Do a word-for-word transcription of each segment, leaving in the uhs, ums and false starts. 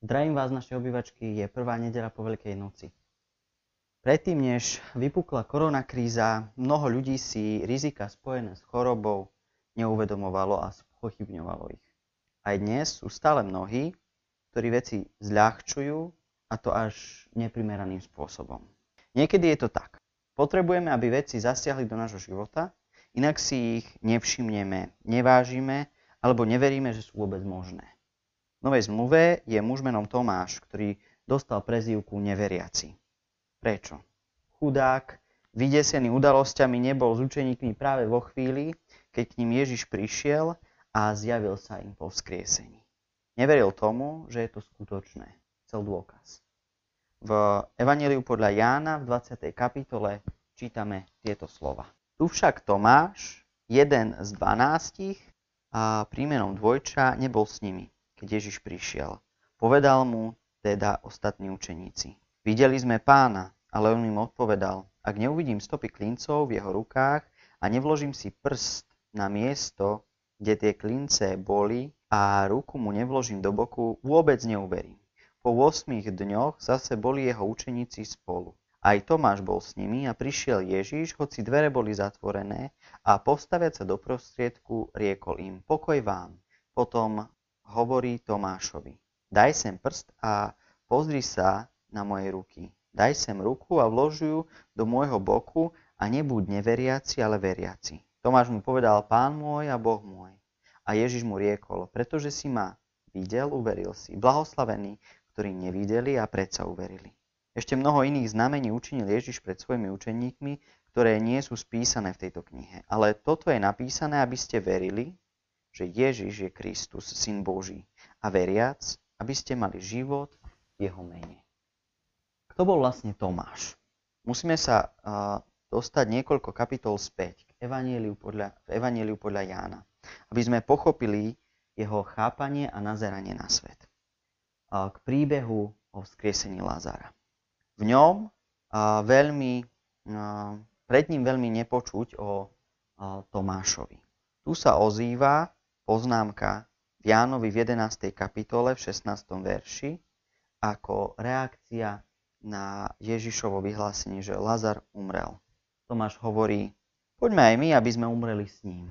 Zdravím vás z našej obývačky, je prvá nedeľa po Veľkej noci. Predtým, než vypukla koronakríza, mnoho ľudí si rizika spojené s chorobou neuvedomovalo a spochybňovalo ich. Aj dnes sú stále mnohí, ktorí veci zľahčujú, a to až neprimeraným spôsobom. Niekedy je to tak. Potrebujeme, aby veci zasiahli do nášho života, inak si ich nevšimneme, nevážime alebo neveríme, že sú vôbec možné. V Novej zmluve je muž menom Tomáš, ktorý dostal prezývku neveriaci. Prečo? Chudák, vydesený udalosťami, nebol s učeníkmi práve vo chvíli, keď k ním Ježiš prišiel a zjavil sa im po vzkriesení. Neveril tomu, že je to skutočné. Chcel dôkaz. V Evanjeliu podľa Jána v dvadsiatej kapitole čítame tieto slova. Tu však Tomáš, jeden z dvanástich a príjmenom Dvojča, nebol s nimi, keď Ježiš prišiel. Povedal mu teda ostatní učeníci: Videli sme Pána, ale on im odpovedal: Ak neuvidím stopy klincov v jeho rukách a nevložím si prst na miesto, kde tie klince boli, a ruku mu nevložím do boku, vôbec neuverím. Po ôsmich dňoch zase boli jeho učeníci spolu. Aj Tomáš bol s nimi a prišiel Ježiš, hoci dvere boli zatvorené, a postaviac sa do prostriedku riekol im: Pokoj vám. Potom hovorí Tomášovi: Daj sem prst a pozri sa na moje ruky. Daj sem ruku a vlož ju do môjho boku a nebuď neveriaci, ale veriaci. Tomáš mu povedal: Pán môj a Boh môj. A Ježiš mu riekol: Pretože si ma videl, uveril si. Blahoslavení, ktorí nevideli a predsa uverili. Ešte mnoho iných znamení učinil Ježiš pred svojimi učeníkmi, ktoré nie sú spísané v tejto knihe. Ale toto je napísané, aby ste verili, že Ježiš je Kristus, Syn Boží, a veriac, aby ste mali život v jeho mene. Kto bol vlastne Tomáš? Musíme sa uh, dostať niekoľko kapitol späť k Evanjeliu podľa, v Evanjeliu podľa Jána, aby sme pochopili jeho chápanie a nazeranie na svet. Uh, k príbehu o vzkriesení Lazara. V ňom uh, veľmi, uh, pred ním veľmi nepočuť o uh, Tomášovi. Tu sa ozýva poznámka v Jánovi v jedenástej kapitole v šestnástom verši ako reakcia na Ježišovo vyhlásenie, že Lazar umrel. Tomáš hovorí: Poďme aj my, aby sme umreli s ním.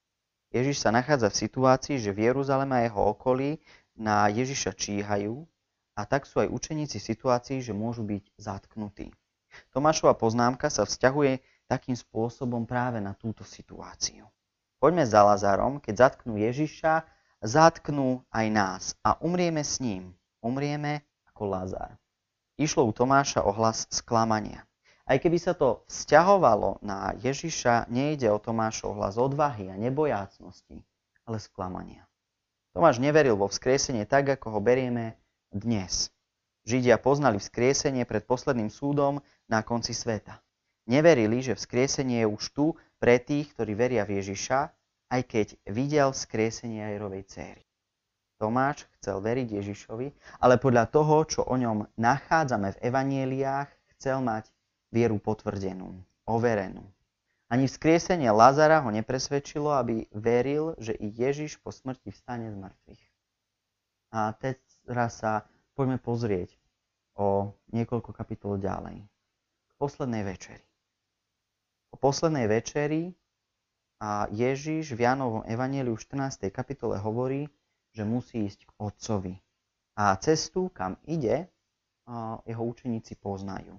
Ježiš sa nachádza v situácii, že v Jeruzaleme a jeho okolí na Ježiša číhajú, a tak sú aj učeníci v situácii, že môžu byť zatknutí. Tomášova poznámka sa vzťahuje takým spôsobom práve na túto situáciu. Poďme za Lazarom, keď zatknú Ježiša, zatknú aj nás a umrieme s ním. Umrieme ako Lazar. Išlo u Tomáša o hlas sklamania. Aj keby sa to vzťahovalo na Ježiša, nejde o Tomášov hlas odvahy a nebojácnosti, ale sklamania. Tomáš neveril vo vzkriesenie tak, ako ho berieme dnes. Židia poznali vzkriesenie pred posledným súdom na konci sveta. Neverili, že vzkriesenie je už tu pre tých, ktorí veria v Ježiša, aj keď videl vzkriesenie Jairovej dcéry. Tomáš chcel veriť Ježišovi, ale podľa toho, čo o ňom nachádzame v evanjeliách, chcel mať vieru potvrdenú, overenú. Ani vzkriesenie Lazara ho nepresvedčilo, aby veril, že i Ježiš po smrti vstane z mŕtvych. A teraz sa poďme pozrieť o niekoľko kapitol ďalej. K poslednej večeri. O poslednej večeri a Ježiš v Jánovom evanjeliu v štrnástej kapitole hovorí, že musí ísť k Otcovi. A cestu, kam ide, jeho učeníci poznajú.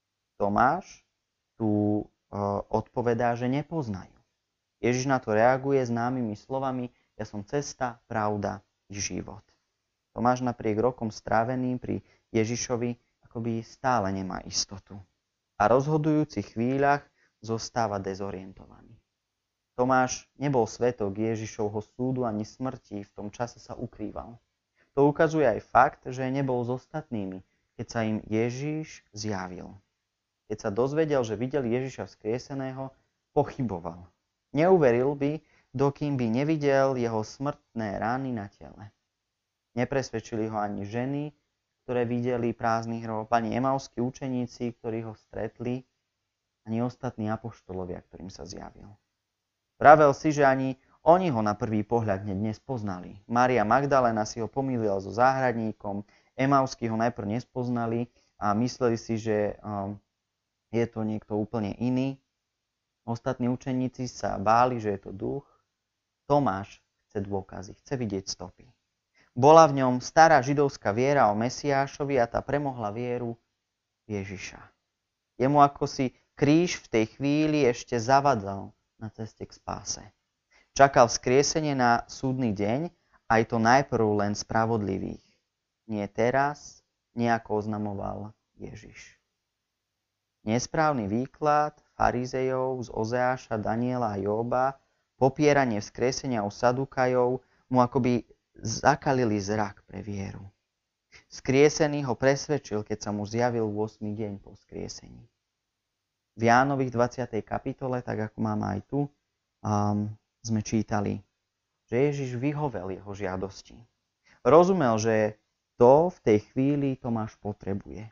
Tomáš tu odpovedá, že nepoznajú. Ježiš na to reaguje známymi slovami: Ja som cesta, pravda i život. Tomáš napriek rokom stráveným pri Ježišovi akoby stále nemá istotu. A v rozhodujúcich chvíľach zostáva dezorientovaný. Tomáš nebol svedok Ježišovho súdu ani smrti, v tom čase sa ukrýval. To ukazuje aj fakt, že nebol s ostatnými, keď sa im Ježiš zjavil. Keď sa dozvedel, že videl Ježiša vzkrieseného, pochyboval. Neuveril by, dokým by nevidel jeho smrtné rány na tele. Nepresvedčili ho ani ženy, ktoré videli prázdny hrob, ani emauskí učeníci, ktorí ho stretli, ani ostatní apoštolovia, ktorým sa zjavil. Vravel si, že ani oni ho na prvý pohľad hneď nespoznali. Mária Magdalena si ho pomýlila so záhradníkom, Emausky ho najprv nespoznali a mysleli si, že um, je to niekto úplne iný. Ostatní učeníci sa báli, že je to duch. Tomáš chce dôkazy, chce vidieť stopy. Bola v ňom stará židovská viera o Mesiášovi a tá premohla vieru Ježiša. Jemu ako si kríž v tej chvíli ešte zavadzal na ceste k spáse. Čakal vzkriesenie na súdny deň, aj to najprv len spravodlivých. Nie teraz, nie ako oznamoval Ježiš. Nesprávny výklad farizejov z Ozeáša, Daniela a Jóba, popieranie vzkriesenia u Sadukajov mu akoby zakalili zrak pre vieru. Vzkriesený ho presvedčil, keď sa mu zjavil ôsmy deň po vzkriesení. V Jánových dvadsiatej kapitole, tak ako máme aj tu, um, sme čítali, že Ježiš vyhovel jeho žiadosti. Rozumel, že to v tej chvíli Tomáš potrebuje.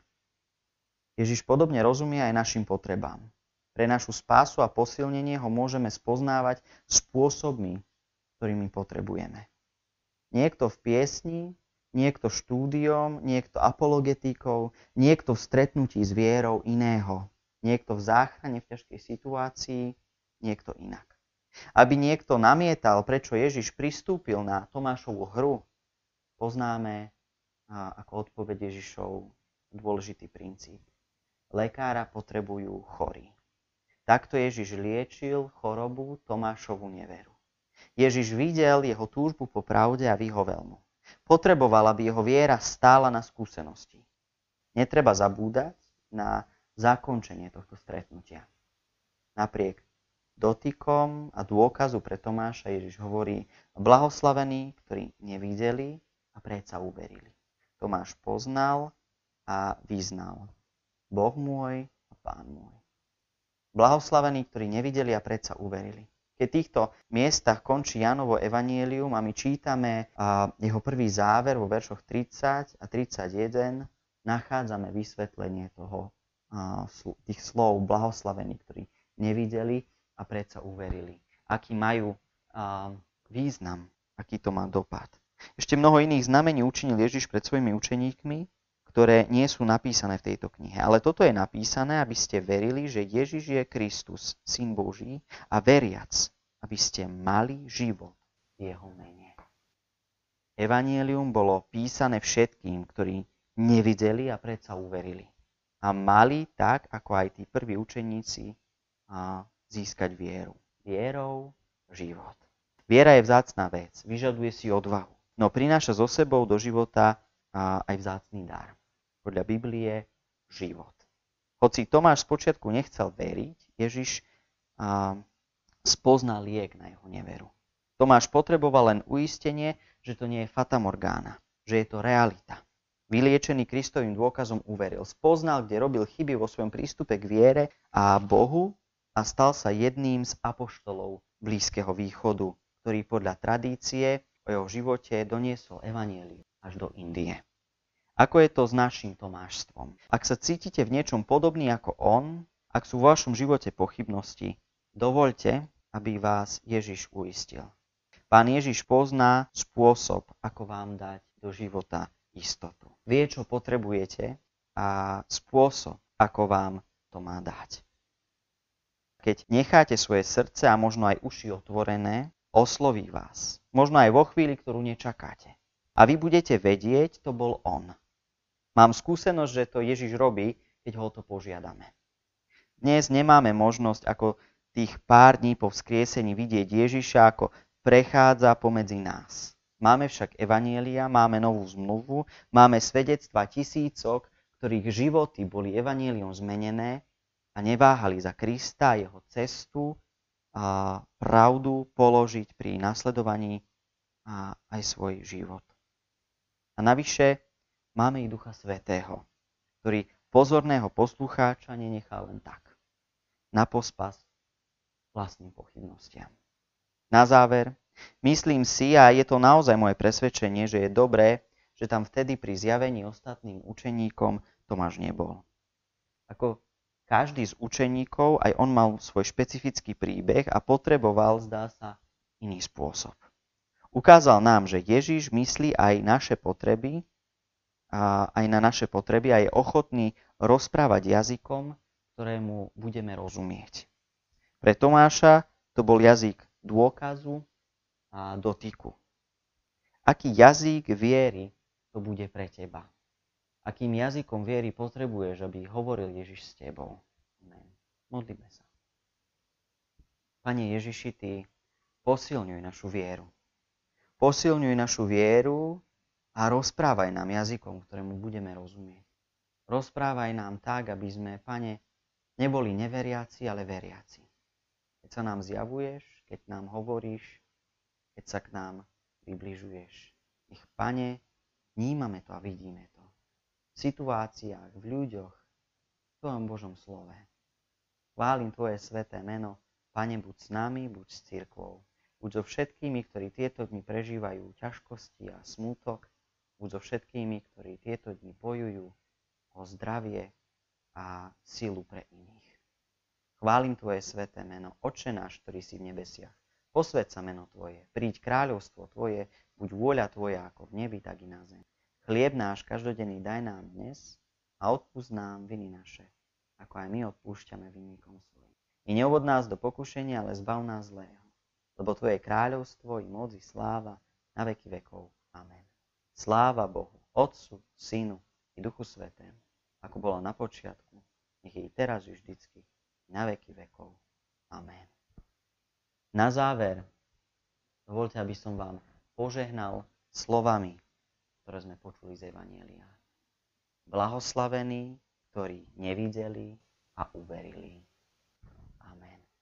Ježiš podobne rozumie aj našim potrebám. Pre našu spásu a posilnenie ho môžeme spoznávať spôsobmi, ktorými potrebujeme. Niekto v piesni, niekto štúdiom, niekto apologetikou, niekto v stretnutí s vierou iného. Niekto v záchrane v ťažkej situácii, niekto inak. Aby niekto namietal, prečo Ježiš pristúpil na Tomášovu hru, poznáme ako odpoveď Ježišov dôležitý princíp. Lekára potrebujú chorí. Takto Ježiš liečil chorobu Tomášovu neveru. Ježiš videl jeho túžbu po pravde a vyhovel mu. Potreboval, aby jeho viera stála na skúsenosti. Netreba zabúdať na zakončenie tohto stretnutia. Napriek dotykom a dôkazu pre Tomáša Ježiš hovorí: blahoslavení, ktorí nevideli a predsa uverili. Tomáš poznal a vyznal: Boh môj a Pán môj. Blahoslavení, ktorí nevideli a predsa uverili. Keď v týchto miestach končí Jánovo evanjelium a my čítame jeho prvý záver vo veršoch tridsať a tridsaťjeden, nachádzame vysvetlenie toho, tých slov blahoslavení, ktorí nevideli a predsa uverili. Aký majú význam, aký to má dopad. Ešte mnoho iných znamení učinil Ježiš pred svojimi učeníkmi, ktoré nie sú napísané v tejto knihe. Ale toto je napísané, aby ste verili, že Ježiš je Kristus, Syn Boží, a veriac, aby ste mali život v jeho mene. Evanjelium bolo písané všetkým, ktorí nevideli a predsa uverili. A mali, tak ako aj tí prví učeníci, získať vieru. Vierou život. Viera je vzácna vec, vyžaduje si odvahu, no prináša so sebou do života aj vzácny dar. Podľa Biblie život. Hoci Tomáš spočiatku nechcel veriť, Ježiš a, spoznal liek na jeho neveru. Tomáš potreboval len uistenie, že to nie je fatamorgána, že je to realita. Vyliečený Kristovým dôkazom uveril. Spoznal, kde robil chyby vo svojom prístupe k viere a Bohu a stal sa jedným z apoštolov Blízkeho východu, ktorý podľa tradície o jeho živote doniesol evanjelium až do Indie. Ako je to s naším tomášstvom? Ak sa cítite v niečom podobný ako on, ak sú vo vašom živote pochybnosti, dovoľte, aby vás Ježiš uistil. Pán Ježiš pozná spôsob, ako vám dať do života istotu. Vie, čo potrebujete a spôsob, ako vám to má dať. Keď necháte svoje srdce a možno aj uši otvorené, osloví vás. Možno aj vo chvíli, ktorú nečakáte. A vy budete vedieť, to bol on. Mám skúsenosť, že to Ježiš robí, keď ho to požiadame. Dnes nemáme možnosť ako tých pár dní po vzkriesení vidieť Ježiša, ako prechádza pomedzi nás. Máme však evanjelia, máme novú zmluvu, máme svedectva tisícok, ktorých životy boli evanjeliom zmenené a neváhali za Krista a jeho cestu a pravdu položiť pri nasledovaní a aj svoj život. A navyše máme i Ducha Svätého, ktorý pozorného poslucháča nenechá len tak, na pospas vlastným pochybnostiam. Na záver, myslím si, a je to naozaj moje presvedčenie, že je dobré, že tam vtedy pri zjavení ostatným učeníkom Tomáš nebol. Ako každý z učeníkov, aj on mal svoj špecifický príbeh a potreboval, zdá sa, iný spôsob. Ukázal nám, že Ježiš myslí aj naše potreby a aj na naše potreby a je ochotný rozprávať jazykom, ktorému budeme rozumieť. Pre Tomáša to bol jazyk dôkazu a dotyku. Aký jazyk viery to bude pre teba? Akým jazykom viery potrebuješ, aby hovoril Ježiš s tebou? Amen. Modlíme sa. Pane Ježiši, Ty posilňuj našu vieru. Posilňuj našu vieru a rozprávaj nám jazykom, ktorému budeme rozumieť. Rozprávaj nám tak, aby sme, Pane, neboli neveriaci, ale veriaci. Keď sa nám zjavuješ, keď nám hovoríš, keď sa k nám približuješ. Nech, Pane, vnímame to a vidíme to. V situáciách, v ľuďoch, v Tvojom Božom slove. Chválim Tvoje sväté meno. Pane, buď s nami, buď s cirkvou. Buď so všetkými, ktorí tieto dni prežívajú ťažkosti a smútok. Buď so všetkými, ktorí tieto dni bojujú o zdravie a silu pre iných. Chválim Tvoje sväté meno. Otče náš, ktorý si v nebesiach. Posväť sa meno Tvoje. Príď kráľovstvo Tvoje. Buď vôľa Tvoja ako v nebi, tak i na zemi. Chlieb náš každodenný daj nám dnes a odpusť nám viny naše, ako aj my odpúšťame vinníkom svojim. I neuvod nás do pokušenia, ale zbav nás zlého. Lebo Tvoje kráľovstvo i moc i sláva na veky vekov. Amen. Sláva Bohu, Otcu, Synu i Duchu Svätému, ako bolo na počiatku, nech je i teraz i vždycky, na veky vekov. Amen. Na záver, dovoľte, aby som vám požehnal slovami, ktoré sme počuli z Evanjelia. Blahoslavení, ktorí nevideli a uverili. Amen.